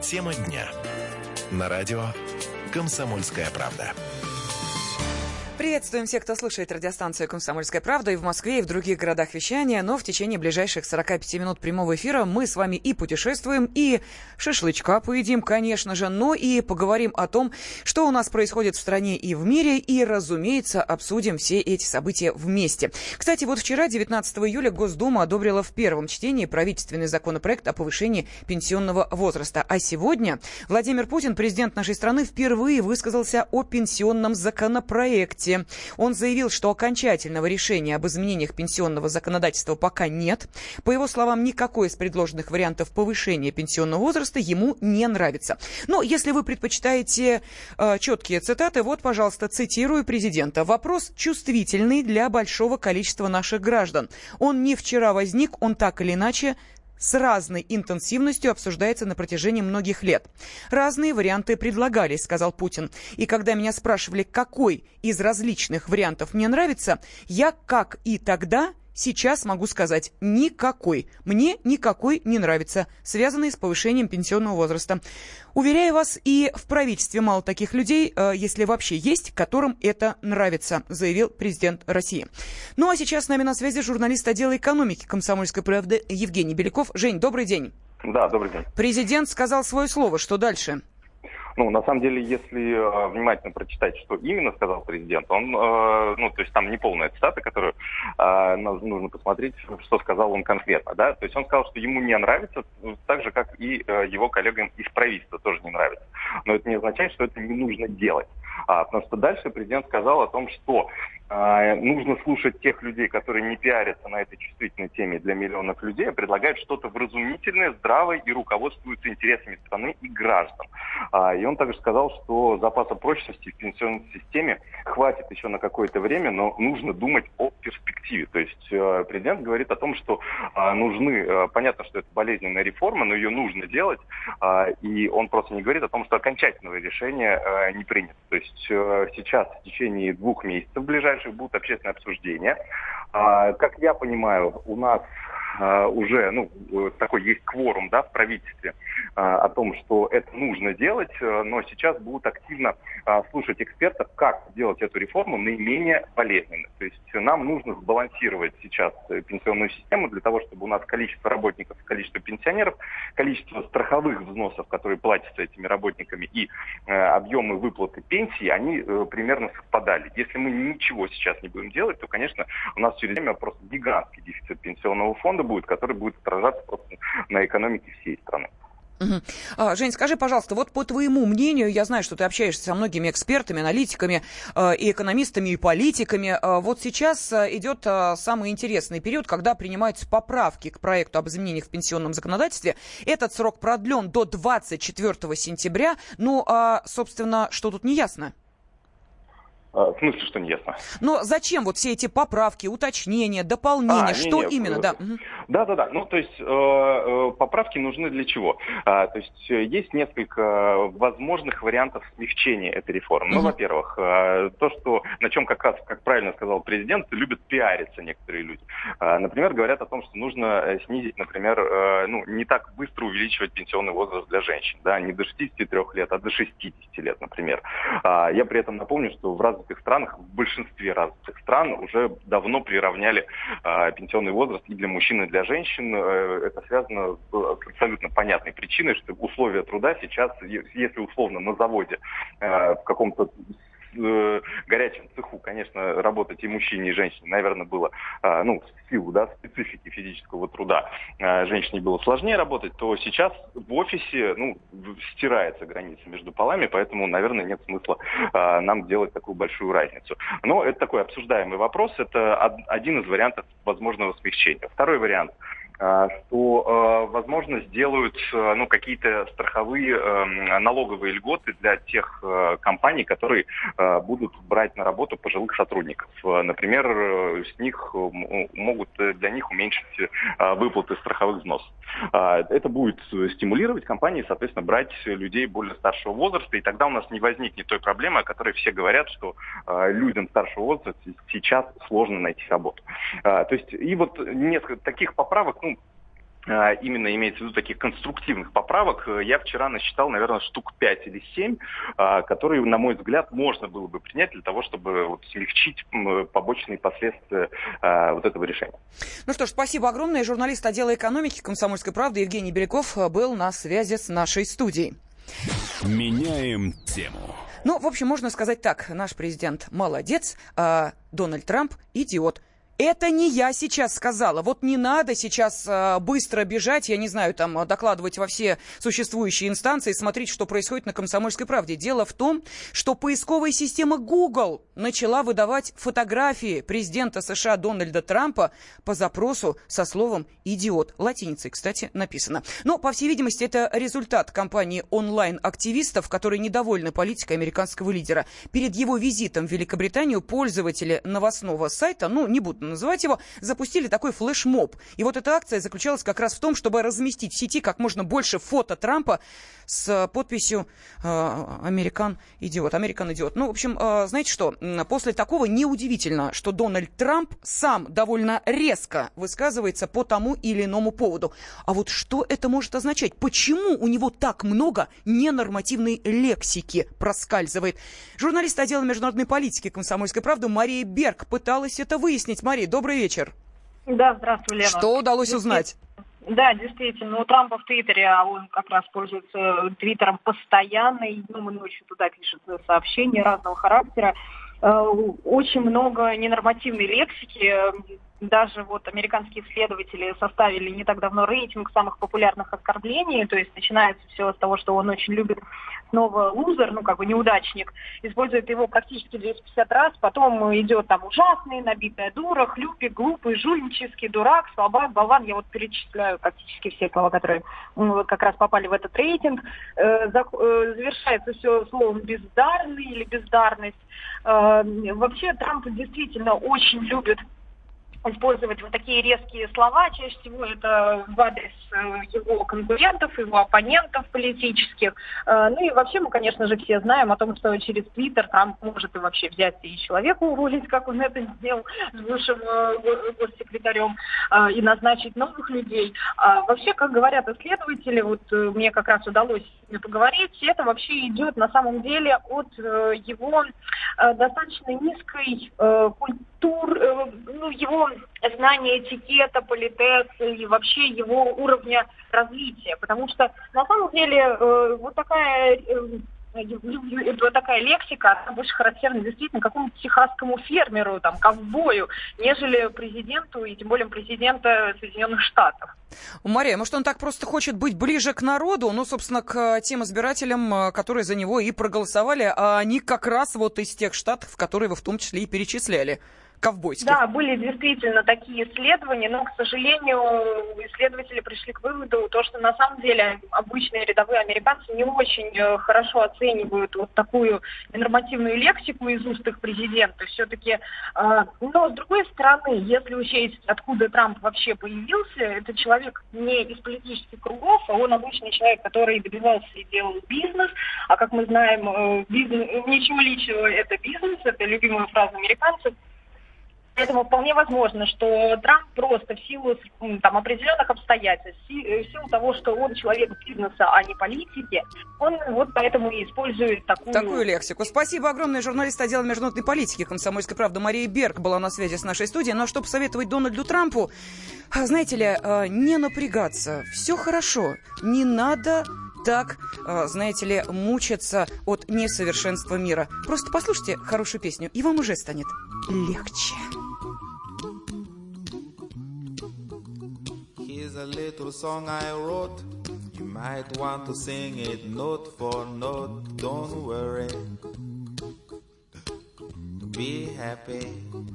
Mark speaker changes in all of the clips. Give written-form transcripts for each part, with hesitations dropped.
Speaker 1: Тема дня. На радио «Комсомольская правда».
Speaker 2: Приветствуем всех, кто слушает радиостанцию «Комсомольская правда» и в Москве, и в других городах вещания. Но в течение ближайших 45 минут прямого эфира мы с вами и путешествуем, и шашлычка поедим, конечно же, но и поговорим о том, что у нас происходит в стране и в мире, и, разумеется, обсудим все эти события вместе. Кстати, вот вчера, 19 июля, Госдума одобрила в первом чтении правительственный законопроект о повышении пенсионного возраста. А сегодня Владимир Путин, президент нашей страны, впервые высказался о пенсионном законопроекте. Он заявил, что окончательного решения об изменениях пенсионного законодательства пока нет. По его словам, никакой из предложенных вариантов повышения пенсионного возраста ему не нравится. Но если вы предпочитаете четкие цитаты, вот, пожалуйста, цитирую президента. «Вопрос чувствительный для большого количества наших граждан. Он не вчера возник, он так или иначе с разной интенсивностью обсуждается на протяжении многих лет. Разные варианты предлагались», — сказал Путин. «И когда меня спрашивали, какой из различных вариантов мне нравится, я, как и тогда, сейчас могу сказать: никакой. Мне никакой не нравится, связанный с повышением пенсионного возраста. Уверяю вас, и в правительстве мало таких людей, если вообще есть, которым это нравится», — заявил президент России. Ну а сейчас с нами на связи журналист отдела экономики «Комсомольской правды» Евгений Беляков. Жень, добрый день.
Speaker 3: Да, добрый день.
Speaker 2: Президент сказал свое слово. Что дальше?
Speaker 3: Ну, на самом деле, если внимательно прочитать, что именно сказал президент, он, то есть там не полная цитата, которую нужно посмотреть, что сказал он конкретно, да, то есть он сказал, что ему не нравится, так же, как и его коллегам из правительства тоже не нравится. Но это не означает, что это не нужно делать. Потому что дальше президент сказал о том, что нужно слушать тех людей, которые не пиарятся на этой чувствительной теме для миллионов людей, а предлагают что-то вразумительное, здравое и руководствуются интересами страны и граждан. И он также сказал, что запаса прочности в пенсионной системе хватит еще на какое-то время, но нужно думать о перспективе. То есть президент говорит о том, что понятно, что это болезненная реформа, но ее нужно делать, и он просто не говорит о том, что окончательного решения не принято. То есть сейчас в течение 2 месяцев ближайших будут общественные обсуждения. Как я понимаю, у нас уже такой есть кворум, да, в правительстве о том, что это нужно делать, но сейчас будут активно слушать экспертов, как сделать эту реформу наименее болезненной. То есть нам нужно сбалансировать сейчас пенсионную систему для того, чтобы у нас количество работников, количество пенсионеров, количество страховых взносов, которые платятся этими работниками, и объемы выплаты пенсии, они примерно совпадали. Если мы ничего сейчас не будем делать, то, конечно, у нас через время просто гигантский дефицит пенсионного фонда будет, который будет отражаться просто на экономике всей страны.
Speaker 2: Угу. Жень, скажи, пожалуйста, вот по твоему мнению, я знаю, что ты общаешься со многими экспертами, аналитиками, и экономистами, и политиками. Вот сейчас идет самый интересный период, когда принимаются поправки к проекту об изменениях в пенсионном законодательстве. Этот срок продлен до 24 сентября. Ну, собственно, что тут не ясно?
Speaker 3: В смысле, что не ясно?
Speaker 2: Но зачем вот все эти поправки, уточнения, дополнения? Что именно?
Speaker 3: Да. Ну, то есть поправки нужны для чего? То есть есть несколько возможных вариантов смягчения этой реформы. Ну, во-первых, то, что на чем как раз, как правильно сказал президент, любят пиариться некоторые люди. Например, говорят о том, что нужно снизить, например, не так быстро увеличивать пенсионный возраст для женщин, да, не до 63 лет, а до 60 лет, например. Я при этом напомню, что в развитых странах, в большинстве развитых стран уже давно приравняли пенсионный возраст и для мужчин, и для женщин. Это связано с абсолютно понятной причиной, что условия труда сейчас, если условно на заводе в каком-то горячем цеху, конечно, работать и мужчине, и женщине, наверное, было, в силу, да, специфики физического труда, женщине было сложнее работать, то сейчас в офисе, стирается граница между полами, поэтому, наверное, нет смысла нам делать такую большую разницу. Но это такой обсуждаемый вопрос, это один из вариантов возможного смягчения. Второй вариант, что, возможно, сделают какие-то страховые налоговые льготы для тех компаний, которые будут брать на работу пожилых сотрудников. Например, могут для них уменьшить выплаты страховых взносов. Это будет стимулировать компании, соответственно, брать людей более старшего возраста, и тогда у нас не возникнет той проблемы, о которой все говорят, что людям старшего возраста сейчас сложно найти работу. То есть, и вот несколько таких поправок, именно имеется в виду таких конструктивных поправок, я вчера насчитал, наверное, штук 5 или 7, которые, на мой взгляд, можно было бы принять для того, чтобы вот смягчить побочные последствия вот этого решения.
Speaker 2: Ну что ж, спасибо огромное. Журналист отдела экономики «Комсомольской правды» Евгений Беляков был на связи с нашей студией.
Speaker 1: Меняем тему.
Speaker 2: Ну, в общем, можно сказать так. Наш президент молодец, а Дональд Трамп идиот. Это не я сейчас сказала. Вот не надо сейчас быстро бежать, я не знаю, там, докладывать во все существующие инстанции, смотреть, что происходит на «Комсомольской правде». Дело в том, что поисковая система Google начала выдавать фотографии президента США Дональда Трампа по запросу со словом «идиот». Латиницей, кстати, написано. Но, по всей видимости, это результат кампании онлайн-активистов, которые недовольны политикой американского лидера. Перед его визитом в Великобританию пользователи новостного сайта, не буду называть его, запустили такой флешмоб. И вот эта акция заключалась как раз в том, чтобы разместить в сети как можно больше фото Трампа с подписью «Американ идиот». «Американ идиот». Ну, в общем, знаете что? После такого неудивительно, что Дональд Трамп сам довольно резко высказывается по тому или иному поводу. А вот что это может означать? Почему у него так много ненормативной лексики проскальзывает? Журналист отдела международной политики «Комсомольской правды» Мария Берг пыталась это выяснить. Мария, добрый вечер.
Speaker 4: Да, здравствуй, Лена.
Speaker 2: Что удалось узнать?
Speaker 4: Да, действительно, у Трампа в Твиттере, а он как раз пользуется Твиттером постоянно, и днем и ночью туда пишет сообщения разного характера. Очень много ненормативной лексики. Даже вот американские исследователи составили не так давно рейтинг самых популярных оскорблений. То есть начинается все с того, что он очень любит снова лузер, неудачник. Использует его практически 250 раз. Потом идет там ужасный, набитая дура, хлюпик, глупый, жульнический, дурак, слабак, болван. Я вот перечисляю практически все слова, которые как раз попали в этот рейтинг. Завершается все словом бездарный или бездарность. Вообще Трамп действительно очень любит использовать вот такие резкие слова. Чаще всего это в адрес его конкурентов, его оппонентов политических. Ну и вообще мы, конечно же, все знаем о том, что через Твиттер Трамп может и вообще взять и человека уволить, как он это сделал с бывшим госсекретарем, и назначить новых людей. Вообще, как говорят исследователи, вот мне как раз удалось с ними поговорить, это вообще идет на самом деле от его достаточно низкой культуры, его знания этикета, политеса и вообще его уровня развития. Потому что на самом деле вот такая лексика, она больше характерна действительно какому-то техасскому фермеру, ковбою, нежели президенту, и тем более президента Соединенных Штатов.
Speaker 2: Мария, может, он так просто хочет быть ближе к народу, собственно, к тем избирателям, которые за него и проголосовали, а они как раз вот из тех штатов, которые вы в том числе и перечисляли. Ковбойских. Да,
Speaker 4: были действительно такие исследования, но, к сожалению, исследователи пришли к выводу, что на самом деле обычные рядовые американцы не очень хорошо оценивают вот такую нормативную лексику из уст их президента. Все-таки, но с другой стороны, если учесть, откуда Трамп вообще появился, это человек не из политических кругов, а он обычный человек, который добивался и делал бизнес, а как мы знаем, ничего личного, это бизнес, это любимая фраза американцев. Поэтому вполне возможно, что Трамп просто в силу определенных обстоятельств, в силу того, что он человек бизнеса, а не политики, он вот поэтому и использует такую
Speaker 2: лексику. Спасибо огромное. Журналист отдела международной политики «Комсомольской правды» Мария Берг была на связи с нашей студией. Ну а что посоветовать Дональду Трампу? Знаете ли, не напрягаться. Все хорошо. Не надо так, знаете ли, мучиться от несовершенства мира. Просто послушайте хорошую песню, и вам уже станет легче.
Speaker 5: Here's a little song I wrote. You might want to sing it note for note. Don't worry. Be happy.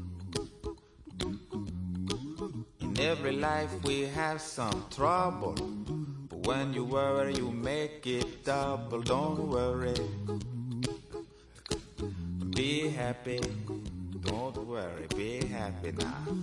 Speaker 5: In every life we have some trouble. But when you worry, you make it double. Don't worry. Be happy. Don't worry. Be happy now.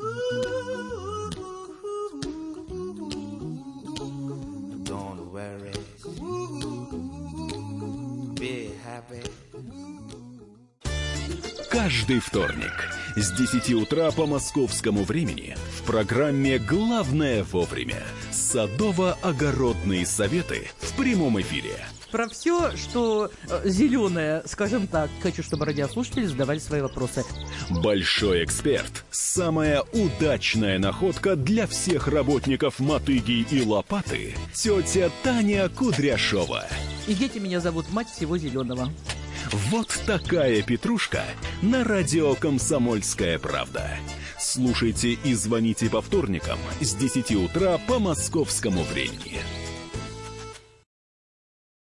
Speaker 5: Don't worry. Be happy.
Speaker 6: каждый вторник с 10 утра по московскому времени в программе «Главное вовремя» садово-огородные советы в прямом эфире.
Speaker 7: Про все, что зеленое, скажем так. Хочу, чтобы радиослушатели задавали свои вопросы.
Speaker 6: Большой эксперт. Самая удачная находка для всех работников мотыги и лопаты. Тетя Таня Кудряшова.
Speaker 7: И дети меня зовут мать всего зеленого.
Speaker 6: Вот такая петрушка на радио «Комсомольская правда». Слушайте и звоните по вторникам с 10 утра по московскому времени.